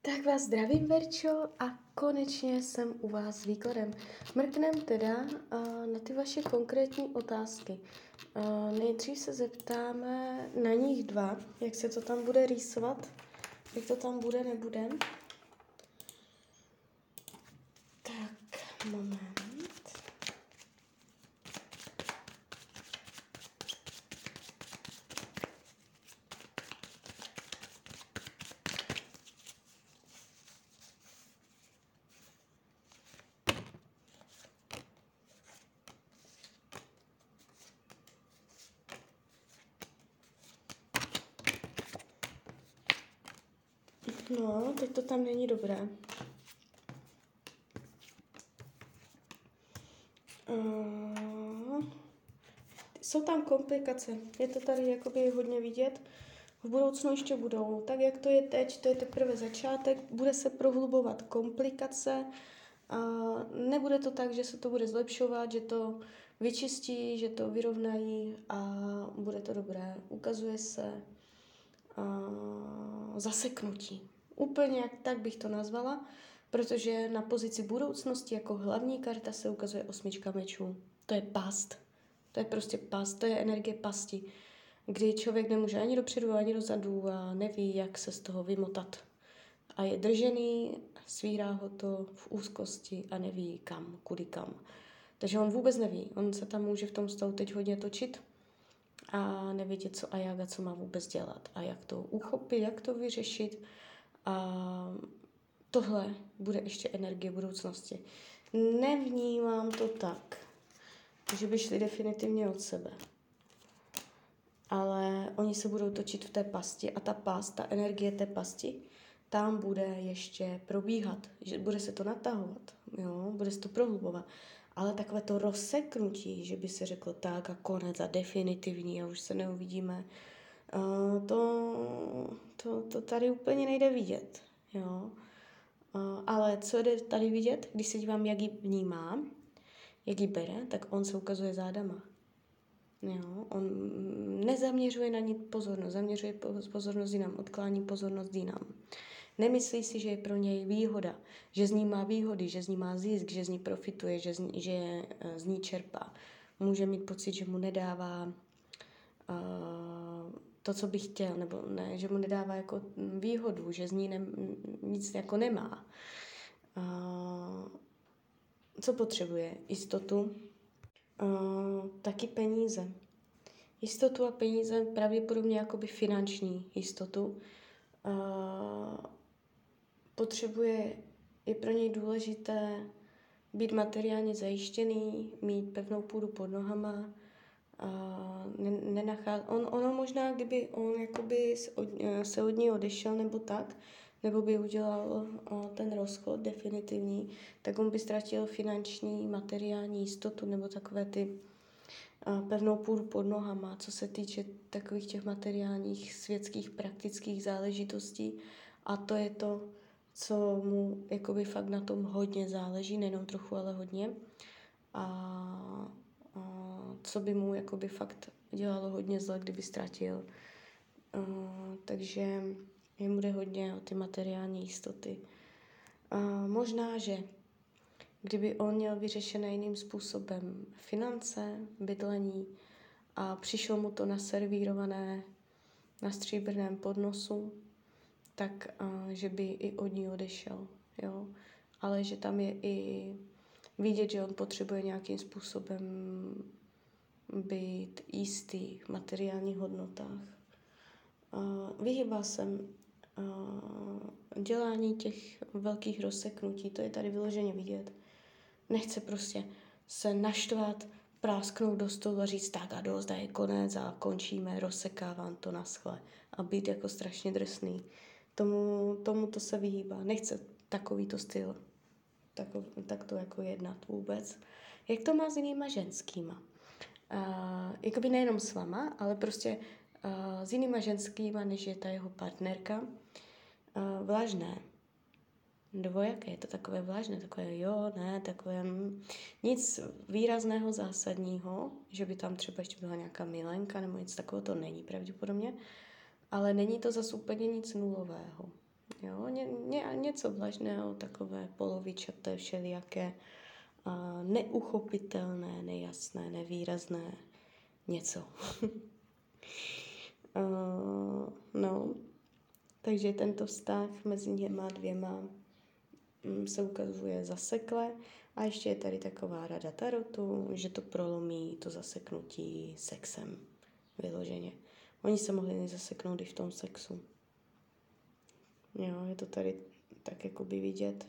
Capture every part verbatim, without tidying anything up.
Tak vás zdravím, Verčo, a konečně jsem u vás s výkladem. Mrknem teda uh, na ty vaše konkrétní otázky. Uh, nejdřív se zeptáme na nich dva, jak se to tam bude rýsovat, jak to tam bude, nebude. Tak, moment. No, teď to tam není dobré. Uh, jsou tam komplikace. Je to tady jakoby hodně vidět. V budoucnu ještě budou. Tak, jak to je teď, to je teprve začátek. Bude se prohlubovat komplikace. A nebude to tak, že se to bude zlepšovat, že to vyčistí, že to vyrovnají a bude to dobré. Ukazuje se uh, zaseknutí. Úplně jak tak bych to nazvala, protože na pozici budoucnosti jako hlavní karta se ukazuje osmička mečů. To je past. To je prostě past, to je energie pasti, kdy člověk nemůže ani dopředu, ani dozadu a neví, jak se z toho vymotat. A je držený, svírá ho to v úzkosti a neví kam, kudy kam. Takže on vůbec neví. On se tam může v tom stavu teď hodně točit a nevědět, co a jak a co má vůbec dělat. A jak to uchopit, jak to vyřešit. A tohle bude ještě energie budoucnosti. Nevnímám to tak, že by šli definitivně od sebe. Ale oni se budou točit v té pasti a ta past, ta energie té pasti, tam bude ještě probíhat, že bude se to natahovat, jo, bude se to prohlubovat. Ale takové to rozseknutí, že by se řeklo tak a konec a definitivní a už se neuvidíme, uh, to, to, to tady úplně nejde vidět, jo. Uh, ale co jde tady vidět, když se dívám, jak ji vnímám, jak ji bere, tak on se ukazuje zádama. Jo, on nezaměřuje na ní pozornost, zaměřuje pozornost jinam, odklání pozornost jinam. Nemyslí si, že je pro něj výhoda, že z ní má výhody, že z ní má zisk, že z ní profituje, že z ní, že z ní čerpá. Může mít pocit, že mu nedává uh, to, co by chtěl, nebo ne, že mu nedává jako výhodu, že z ní ne, nic jako nemá. Uh, co potřebuje? Jistotu, Uh, taky peníze. Jistotu a peníze, pravděpodobně jakoby finanční jistotu. Uh, potřebuje, je pro něj důležité být materiálně zajištěný, mít pevnou půdu pod nohama. Uh, ne, nenachá, on, ono možná, kdyby on jakoby od, se od ní odešel nebo tak, nebo by udělal o, ten rozchod definitivní, tak on by ztratil finanční, materiální jistotu nebo takové ty o, pevnou půdu pod nohama, co se týče takových těch materiálních, světských, praktických záležitostí. A to je to, co mu jakoby fakt na tom hodně záleží, nejenom trochu, ale hodně. A, a co by mu jakoby fakt dělalo hodně zle, kdyby ztratil. Uh, takže jemu jde hodně o ty materiální jistoty. Uh, možná, že kdyby on měl vyřešené jiným způsobem finance, bydlení a přišlo mu to naservírované na stříbrném podnosu, tak uh, že by i od ní odešel. Jo? Ale že tam je i vidět, že on potřebuje nějakým způsobem být jistý v materiálních hodnotách. Uh, vyhýbal jsem uh, dělání těch velkých rozseknutí, to je tady vyloženě vidět. Nechce prostě se naštvat, prásknout do stolu a říct tak a dost, a je konec a končíme, rozsekávám to naschle a být jako strašně drsný. Tomu, tomu to se vyhýbá. Nechce takovýto styl, tako, tak to jako jednat vůbec. Jak to má s jinýma ženskýma? Uh, jakoby nejenom s váma, ale prostě uh, s jinýma ženskýma, než je ta jeho partnerka. Uh, vlažné. Dvojaké, je to takové vlažné, takové jo, ne, takové mm, nic výrazného, zásadního, že by tam třeba ještě byla nějaká milenka nebo nic takového, to není pravděpodobně, ale není to zase úplně nic nulového. Jo, ně, ně, něco vlažného, takové polovičaté, všelijaké, a neuchopitelné, nejasné, nevýrazné, něco. uh, no, takže tento vztah mezi něma dvěma um, se ukazuje zasekle a ještě je tady taková rada tarotu, že to prolomí to zaseknutí sexem vyloženě. Oni se mohli zaseknout i v tom sexu. Jo, je to tady tak jakoby vidět.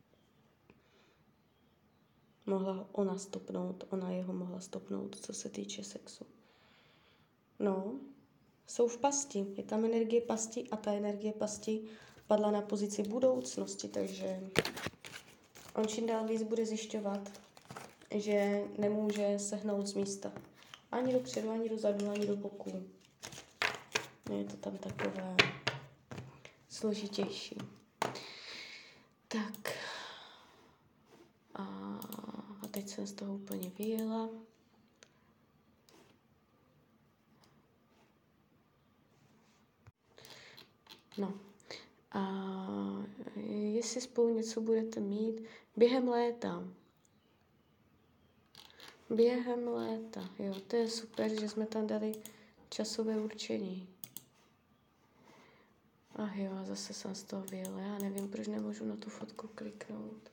Mohla ona stopnout, ona jeho mohla stopnout, co se týče sexu. No, jsou v pasti, je tam energie pasti a ta energie pasti padla na pozici budoucnosti, takže on čím dál víc bude zjišťovat, že nemůže sehnout z místa. Ani dopředu, ani dozadu, ani do boku. Je to tam takové složitější. Tak. A, a teď jsem z toho úplně vyjela. No. A jestli spolu něco budete mít během léta. Během léta, jo, to je super, že jsme tam dali časové určení. Ach jo, a zase jsem z toho vyjela, já nevím, proč nemůžu na tu fotku kliknout.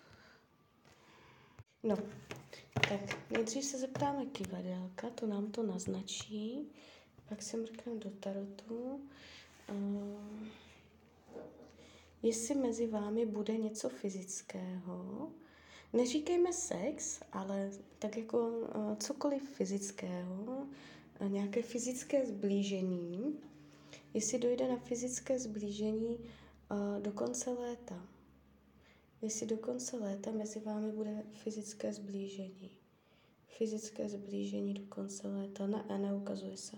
No, tak nejdřív se zeptáme kivadelka, to nám to naznačí, pak se mrkneme do tarotu. Uh, jestli mezi vámi bude něco fyzického, neříkejme sex, ale tak jako uh, cokoliv fyzického, uh, nějaké fyzické zblížení, jestli dojde na fyzické zblížení uh, do konce léta. Jestli do konce léta mezi vámi bude fyzické zblížení. Fyzické zblížení do konce léta. Ne, neukazuje se.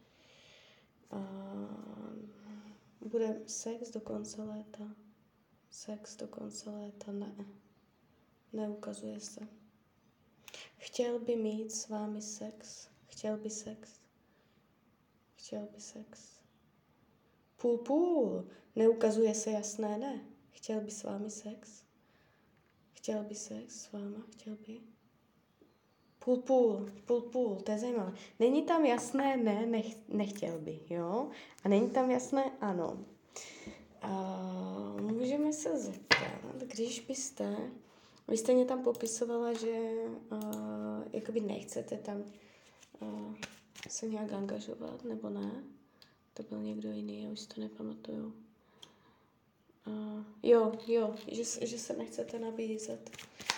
Uh, bude sex do konce léta. Sex do konce léta. Ne. Neukazuje se. Chtěl by mít s vámi sex. Chtěl by sex. Chtěl by sex. Půl půl. Neukazuje se jasné ne. Chtěl by s vámi sex. Chtěl by sex s váma. Chtěl by. Půl půl. Půl půl. To je zajímavé. Není tam jasné ne. Nech, nechtěl by. Jo? A není tam jasné ano. A můžeme se zeptat, když byste. Vy jste mě tam popisovala, že uh, jakoby nechcete tam uh, se nějak angažovat, nebo ne? To byl někdo jiný, já už si to nepamatuju. Uh, jo, jo, že, že se nechcete nabízet.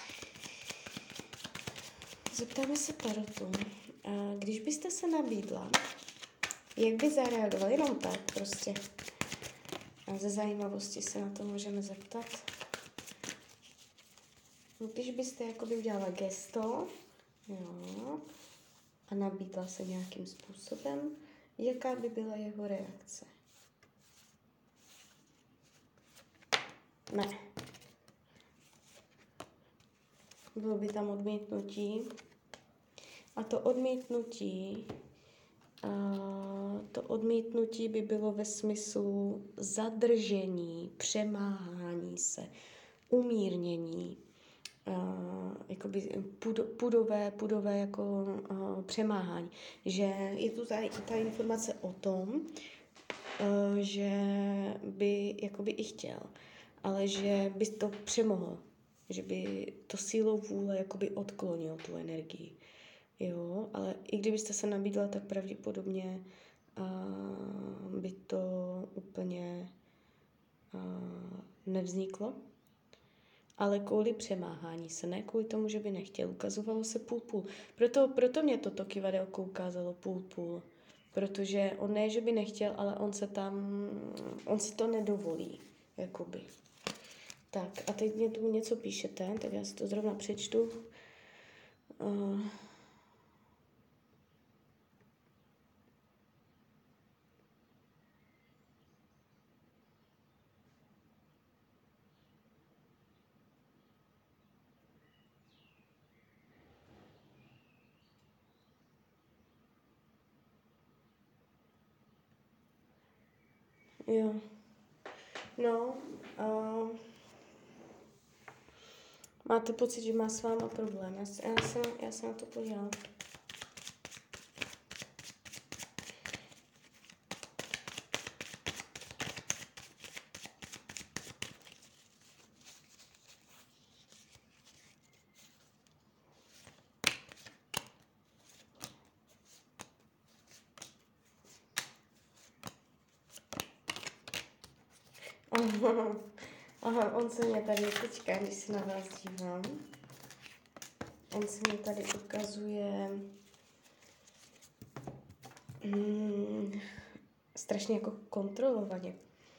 Zeptáme se tarotu. Uh, když byste se nabídla, jak by zareagoval? Jenom tak prostě. A ze zajímavosti se na to můžeme zeptat. Když byste jakoby udělala gesto, jo, a nabídla se nějakým způsobem, jaká by byla jeho reakce? Ne. Bylo by tam odmítnutí. A to odmítnutí, a to odmítnutí by bylo ve smyslu zadržení, přemáhání se, umírnění, Uh, jakoby pud, pudové, pudové jako uh, přemáhání. Že je tu ta, ta informace o tom, uh, že by jakoby i chtěl, ale že by to přemohl, že by to sílou vůle jakoby odklonil tu energii. Jo, ale i kdybyste se nabídla, tak pravděpodobně uh, by to úplně uh, nevzniklo. Ale kvůli přemáhání se, ne kvůli tomu, že by nechtěl. Ukazovalo se půl-půl. Proto, proto mě toto kivadelko ukázalo půl-půl. Protože on ne, že by nechtěl, ale on se tam, on si to nedovolí. Jakoby. Tak a teď mě tu něco píšete, tak já si to zrovna přečtu. Uh, Jo. No, uh, Máte pocit, že má s váma problém. Já se, já se, já se na to podívám. Aha, aha, on se mě tady, teďka, když se na vás dívám, on se mě tady ukazuje hmm, strašně jako kontrolovaně.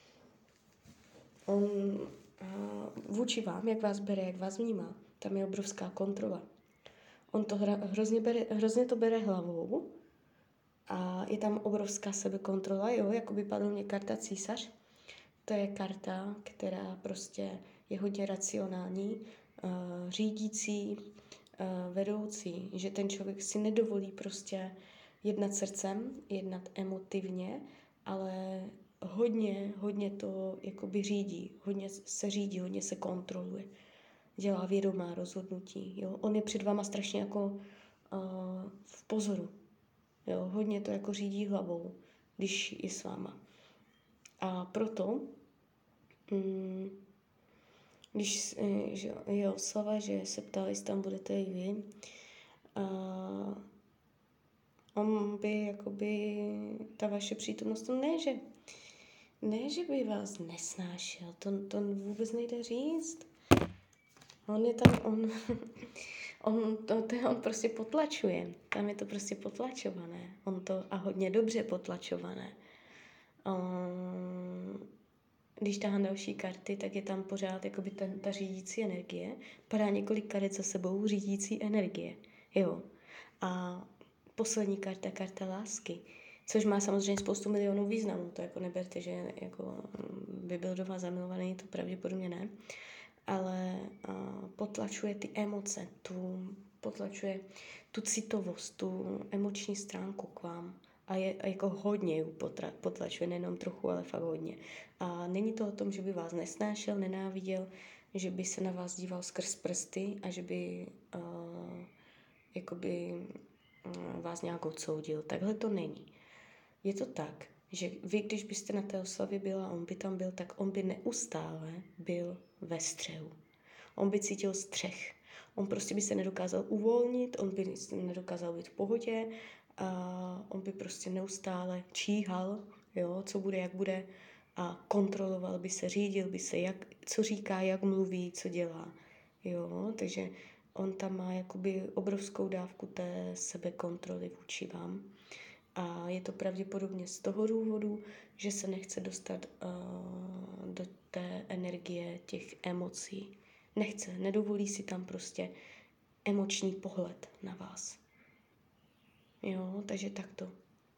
On uh, vůči vám, jak vás bere, jak vás vnímá, tam je obrovská kontrola. On to hra, hrozně, bere, hrozně to bere hlavou a je tam obrovská sebekontrola, jo, jako by padla mě karta císař. To je karta, která prostě je hodně racionální, uh, řídící, uh, vedoucí, že ten člověk si nedovolí prostě jednat srdcem, jednat emotivně, ale hodně, hodně to jakoby řídí, hodně se řídí, hodně se kontroluje. Dělá vědomá rozhodnutí, jo. On je před váma strašně jako uh, v pozoru, jo. Hodně to jako řídí hlavou, když je s váma. A proto, mm, když že je oslava, že se ptali, jestli tam budete i vy, a on by, jakoby, ta vaše přítomnost, to ne, že, ne, že by vás nesnášel, to, to vůbec nejde říct. On je tam, on, on, to, to on prostě potlačuje, tam je to prostě potlačované, on to, a hodně dobře potlačované. Um, Když tahám další karty, tak je tam pořád jakoby ten, ta řídící energie. Padá několik karet za sebou řídící energie. Jo. A poslední karta, karta lásky. Což má samozřejmě spoustu milionů významů. To jako neberte, že jako by byl do vás zamilovaný, to pravděpodobně ne. Ale uh, potlačuje ty emoce, tu, potlačuje tu citovost, tu emoční stránku k vám. A je a jako hodně ji potlačuje, nejenom trochu, ale fakt hodně. A není to o tom, že by vás nesnášel, nenáviděl, že by se na vás díval skrz prsty a že by uh, jakoby uh, vás nějak odsoudil. Takhle to není. Je to tak, že vy, když byste na té oslavě byla a on by tam byl, tak on by neustále byl ve střehu. On by cítil střech. On prostě by se nedokázal uvolnit, on by nedokázal být v pohodě, a on by prostě neustále číhal, jo, co bude, jak bude, a kontroloval by se, řídil by se, jak, co říká, jak mluví, co dělá. Jo, takže on tam má jakoby obrovskou dávku té sebekontroly vůči vám. A je to pravděpodobně z toho důvodu, že se nechce dostat uh, do té energie těch emocí. Nechce, nedovolí si tam prostě emoční pohled na vás. Jo, takže takto.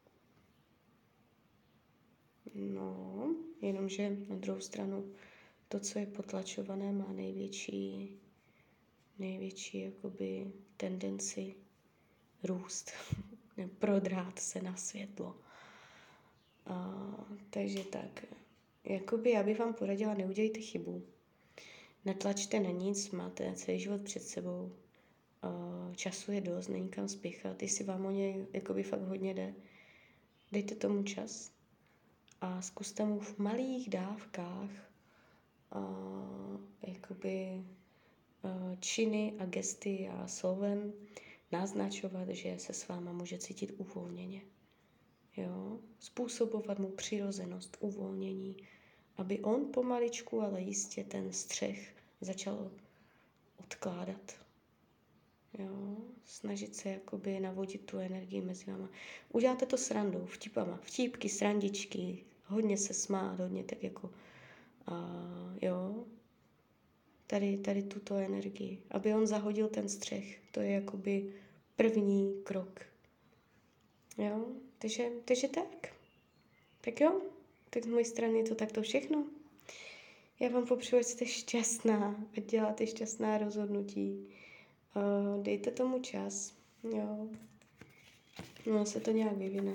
No, jenomže na druhou stranu to, co je potlačované, má největší, největší jakoby tendenci růst, prodrát se na světlo. A, takže tak, jakoby já bych vám poradila, neudělejte chybu. Netlačte na nic, máte celý život před sebou. Uh, času je dost, není kam spěchat, jestli vám o něj jakoby fakt hodně jde, dejte tomu čas a zkuste mu v malých dávkách uh, jakoby uh, činy a gesty a slovem naznačovat, že se s váma může cítit uvolněně. Jo? Způsobovat mu přirozenost, uvolnění, aby on pomaličku, ale jistě ten střech začal odkládat. Jo, snažit se jakoby navodit tu energii mezi váma. Uděláte to srandou, vtipama, vtípky, srandičky, hodně se smát, hodně tak jako, a, jo, tady, tady tuto energii, aby on zahodil ten střech, to je jakoby první krok. Jo, takže, takže tak. Tak jo, tak z mojej strany je to takto všechno. Já vám popřeju, ať jste šťastná, ať děláte šťastná rozhodnutí. Uh, dejte tomu čas, jo. No, se to nějak vyvine.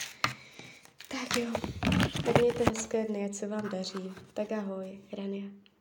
Tak jo, tak mějte hezké dny, ať se vám daří. Tak ahoj, Rania.